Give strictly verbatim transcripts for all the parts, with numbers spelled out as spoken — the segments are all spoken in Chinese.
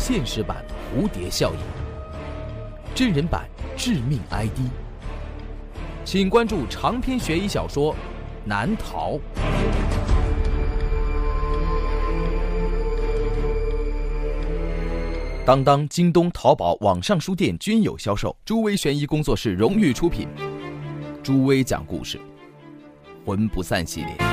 现实版蝴蝶效应，真人版致命 I D。 请关注长篇悬疑小说《难逃》。当当、京东、淘宝网上书店均有销售。朱威悬疑工作室荣誉出品。朱威讲故事，魂不散系列。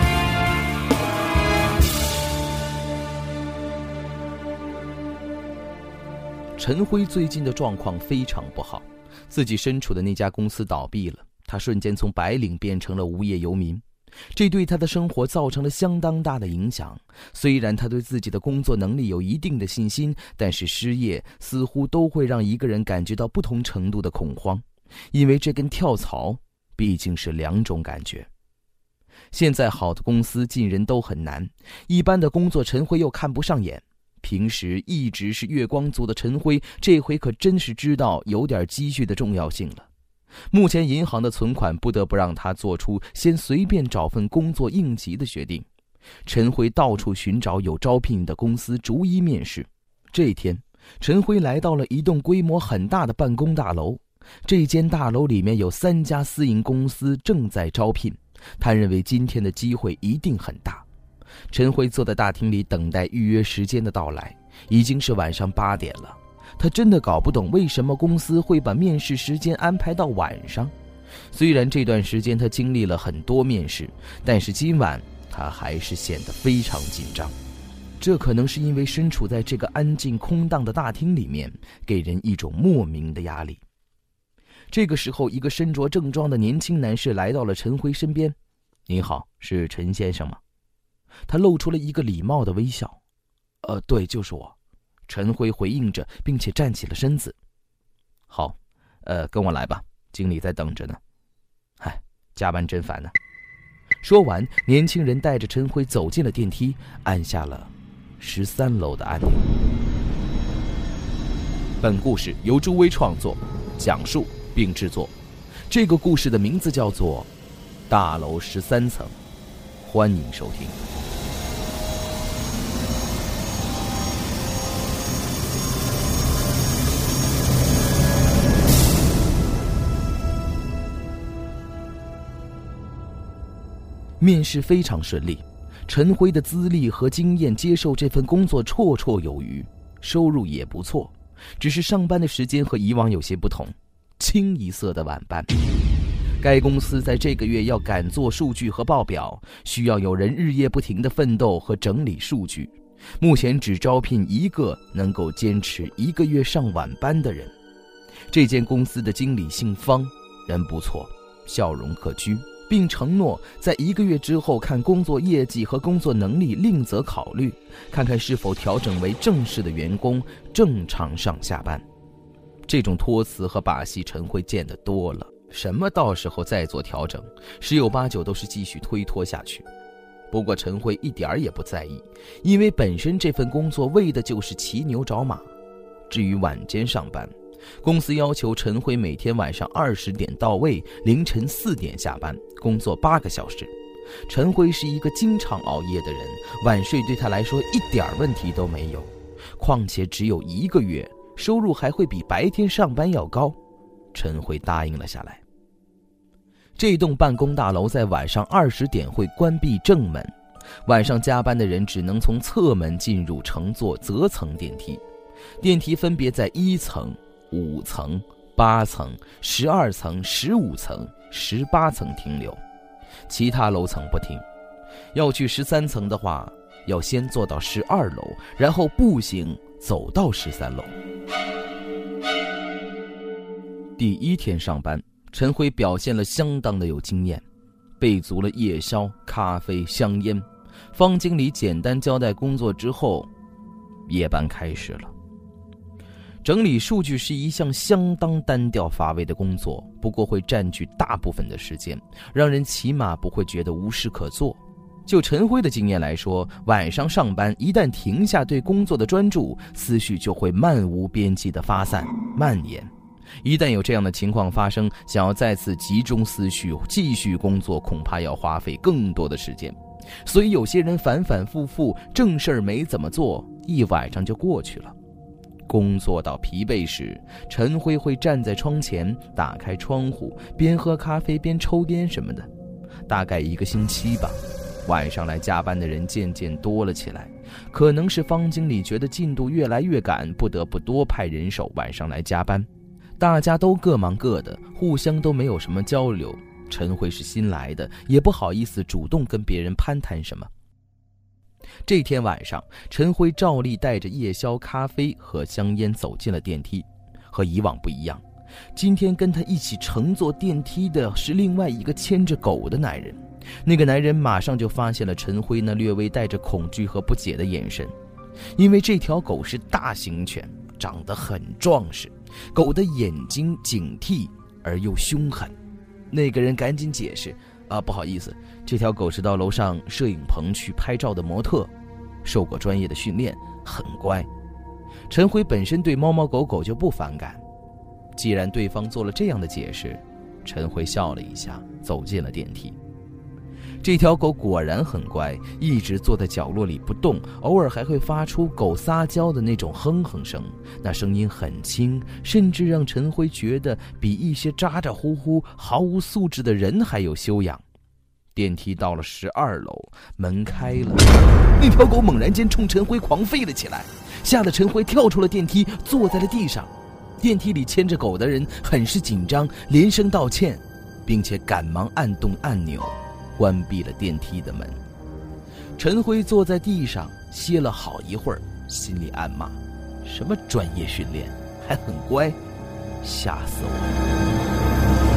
陈辉最近的状况非常不好，自己身处的那家公司倒闭了，他瞬间从白领变成了无业游民，这对他的生活造成了相当大的影响。虽然他对自己的工作能力有一定的信心，但是失业似乎都会让一个人感觉到不同程度的恐慌，因为这跟跳槽毕竟是两种感觉。现在好的公司进人都很难，一般的工作陈辉又看不上眼。平时一直是月光族的陈辉，这回可真是知道有点积蓄的重要性了。目前银行的存款不得不让他做出先随便找份工作应急的决定。陈辉到处寻找有招聘的公司，逐一面试。这一天，陈辉来到了一栋规模很大的办公大楼。这间大楼里面有三家私营公司正在招聘，他认为今天的机会一定很大。陈辉坐在大厅里等待预约时间的到来，已经是晚上八点了。他真的搞不懂为什么公司会把面试时间安排到晚上。虽然这段时间他经历了很多面试，但是今晚他还是显得非常紧张。这可能是因为身处在这个安静空荡的大厅里面，给人一种莫名的压力。这个时候，一个身着正装的年轻男士来到了陈辉身边。您好，是陈先生吗？他露出了一个礼貌的微笑。呃，对，就是我。陈辉回应着，并且站起了身子。好，呃，跟我来吧，经理在等着呢。唉，加班真烦呢。说完，年轻人带着陈辉走进了电梯，按下了十三楼的按钮。本故事由朱威创作、讲述并制作。这个故事的名字叫做《大楼十三层》，欢迎收听。面试非常顺利，陈辉的资历和经验接受这份工作绰绰有余，收入也不错，只是上班的时间和以往有些不同，清一色的晚班。该公司在这个月要赶做数据和报表，需要有人日夜不停地奋斗和整理数据。目前只招聘一个能够坚持一个月上晚班的人。这间公司的经理姓方，人不错，笑容可掬，并承诺在一个月之后看工作业绩和工作能力另择考虑，看看是否调整为正式的员工，正常上下班。这种托词和把戏陈辉见得多了，什么到时候再做调整，十有八九都是继续推脱下去。不过陈辉一点也不在意，因为本身这份工作为的就是骑牛找马。至于晚间上班，公司要求陈辉每天晚上二十点到位，凌晨四点下班，工作八个小时。陈辉是一个经常熬夜的人，晚睡对他来说一点问题都没有。况且只有一个月，收入还会比白天上班要高。陈辉答应了下来。这栋办公大楼在晚上二十点会关闭正门，晚上加班的人只能从侧门进入乘坐择层电梯。电梯分别在一层、五层、八层、十二层、十五层、十八层停留，其他楼层不停。要去十三层的话，要先坐到十二楼，然后步行走到十三楼。第一天上班，陈辉表现了相当的有经验，备足了夜宵、咖啡、香烟。方经理简单交代工作之后，夜班开始了。整理数据是一项相当单调乏味的工作，不过会占据大部分的时间，让人起码不会觉得无事可做。就陈辉的经验来说，晚上上班一旦停下对工作的专注，思绪就会漫无边际的发散蔓延。一旦有这样的情况发生，想要再次集中思绪继续工作，恐怕要花费更多的时间。所以有些人反反复复，正事儿没怎么做，一晚上就过去了。 工作到疲惫时，陈辉会站在窗前，打开窗户，边喝咖啡边抽烟什么的。大概一个星期吧，晚上来加班的人渐渐多了起来。可能是方经理觉得进度越来越赶，不得不多派人手晚上来加班。大家都各忙各的，互相都没有什么交流。陈辉是新来的，也不好意思主动跟别人攀谈什么。这天晚上，陈辉照例带着夜宵、咖啡和香烟走进了电梯。和以往不一样，今天跟他一起乘坐电梯的是另外一个牵着狗的男人。那个男人马上就发现了陈辉那略微带着恐惧和不解的眼神，因为这条狗是大型犬，长得很壮实，狗的眼睛警惕而又凶狠。那个人赶紧解释，啊，不好意思，这条狗是到楼上摄影棚去拍照的模特，受过专业的训练，很乖。陈辉本身对猫猫狗狗就不反感，既然对方做了这样的解释，陈辉笑了一下，走进了电梯。这条狗果然很乖，一直坐在角落里不动，偶尔还会发出狗撒娇的那种哼哼声，那声音很轻，甚至让陈辉觉得比一些咋咋呼呼毫无素质的人还有修养。电梯到了十二楼，门开了，那条狗猛然间冲陈辉狂吠了起来，吓得陈辉跳出了电梯，坐在了地上。电梯里牵着狗的人很是紧张，连声道歉，并且赶忙按动按钮，关闭了电梯的门。陈辉坐在地上歇了好一会儿，心里暗骂：什么专业训练，还很乖，吓死我了。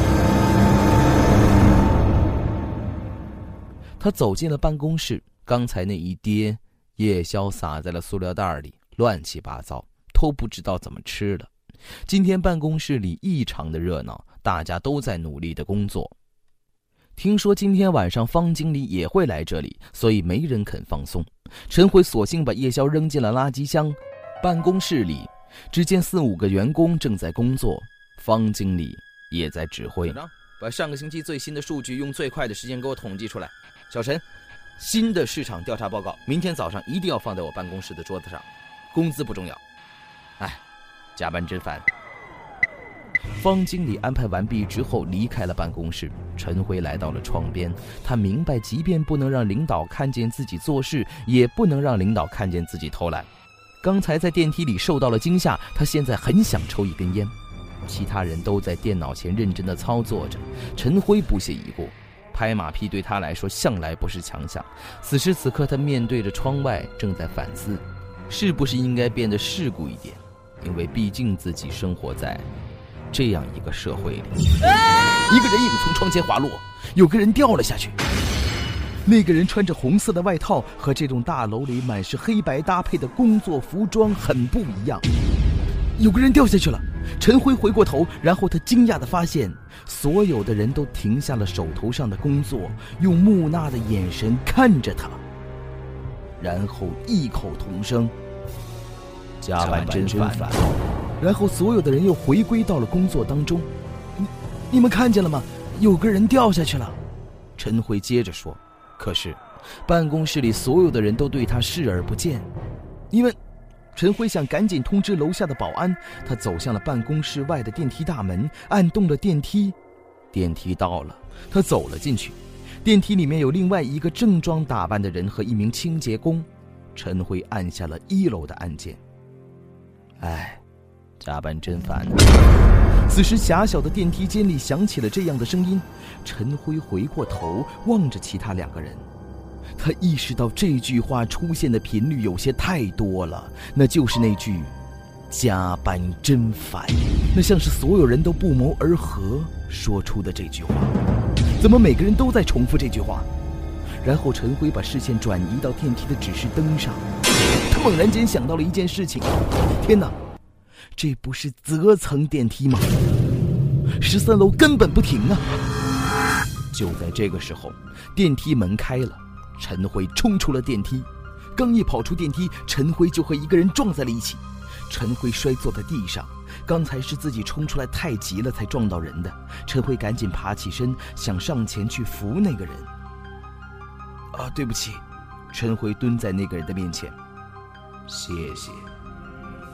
他走进了办公室，刚才那一碟夜宵撒在了塑料袋里，乱七八糟，都不知道怎么吃了。今天办公室里异常的热闹，大家都在努力的工作。听说今天晚上方经理也会来这里，所以没人肯放松。陈辉索性把夜宵扔进了垃圾箱。办公室里只见四五个员工正在工作，方经理也在指挥。把上个星期最新的数据用最快的时间给我统计出来。小陈，新的市场调查报告明天早上一定要放在我办公室的桌子上。工资不重要。哎，加班真烦。方经理安排完毕之后离开了办公室，陈辉来到了窗边。他明白，即便不能让领导看见自己做事，也不能让领导看见自己偷懒。刚才在电梯里受到了惊吓，他现在很想抽一根烟。其他人都在电脑前认真地操作着，陈辉不屑一顾，拍马屁对他来说向来不是强项。此时此刻，他面对着窗外，正在反思，是不是应该变得世故一点，因为毕竟自己生活在这样一个社会里。一个人影从窗前滑落，有个人掉了下去。那个人穿着红色的外套，和这栋大楼里满是黑白搭配的工作服装很不一样。有个人掉下去了。陈辉回过头，然后他惊讶地发现，所有的人都停下了手头上的工作，用木讷的眼神看着他，然后异口同声：加班真烦。然后所有的人又回归到了工作当中。你你们看见了吗？有个人掉下去了。陈辉接着说。可是办公室里所有的人都对他视而不见。你们陈辉想赶紧通知楼下的保安，他走向了办公室外的电梯大门，按动了电梯。电梯到了，他走了进去。电梯里面有另外一个正装打扮的人和一名清洁工。陈辉按下了一楼的按键。哎，加班真烦。此时狭小的电梯间里响起了这样的声音。陈辉回过头望着其他两个人，他意识到这句话出现的频率有些太多了，那就是那句加班真烦。那像是所有人都不谋而合说出的这句话。怎么每个人都在重复这句话？然后陈辉把视线转移到电梯的指示灯上，他猛然间想到了一件事情。天哪，这不是择层电梯吗？十三楼根本不停啊！就在这个时候，电梯门开了，陈辉冲出了电梯。刚一跑出电梯，陈辉就和一个人撞在了一起。陈辉摔坐在地上，刚才是自己冲出来太急了才撞到人的。陈辉赶紧爬起身，想上前去扶那个人。啊，对不起。陈辉蹲在那个人的面前。谢谢。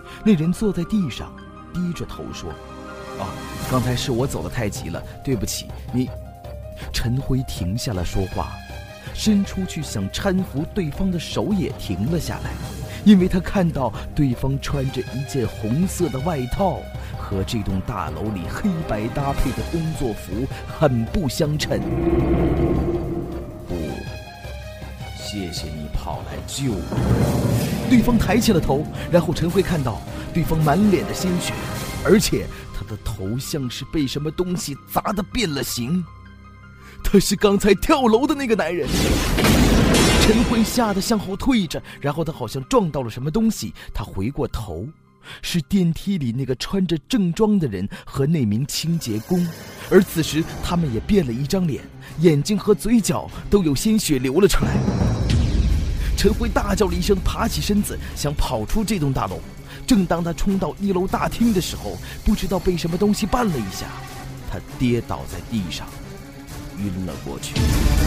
那人坐在地上，低着头说：“啊，刚才是我走得太急了，对不起。你。”陈辉停下了说话，伸出去想搀扶对方的手也停了下来，因为他看到对方穿着一件红色的外套，和这栋大楼里黑白搭配的工作服很不相称。不，谢谢你跑来救我。对方抬起了头，然后陈辉看到对方满脸的鲜血，而且他的头像是被什么东西砸得变了形。他是刚才跳楼的那个男人。陈辉吓得向后退着，然后他好像撞到了什么东西，他回过头，是电梯里那个穿着正装的人和那名清洁工，而此时他们也变了一张脸，眼睛和嘴角都有鲜血流了出来。陈辉大叫了一声，爬起身子想跑出这栋大楼。正当他冲到一楼大厅的时候，不知道被什么东西绊了一下，他跌倒在地上晕了过去。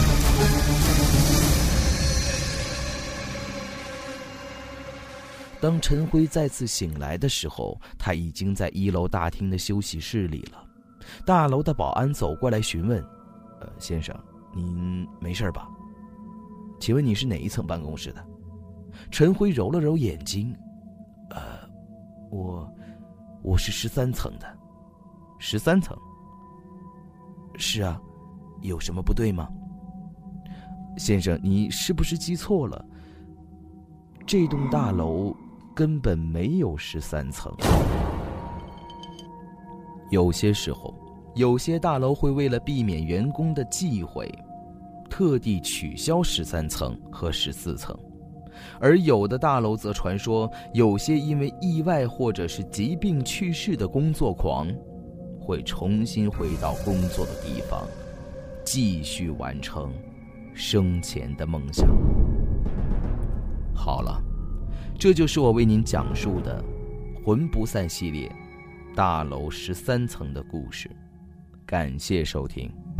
当陈辉再次醒来的时候，他已经在一楼大厅的休息室里了。大楼的保安走过来询问：呃，先生，您没事吧？请问你是哪一层办公室的？陈辉揉了揉眼睛：呃，我我是十三层的。十三层？是啊，有什么不对吗？先生，你是不是记错了？这栋大楼根本没有十三层。有些时候，有些大楼会为了避免员工的忌讳，特地取消十三层和十四层，而有的大楼则传说，有些因为意外或者是疾病去世的工作狂，会重新回到工作的地方，继续完成生前的梦想。好了，这就是我为您讲述的魂不散系列大楼十三层的故事，感谢收听。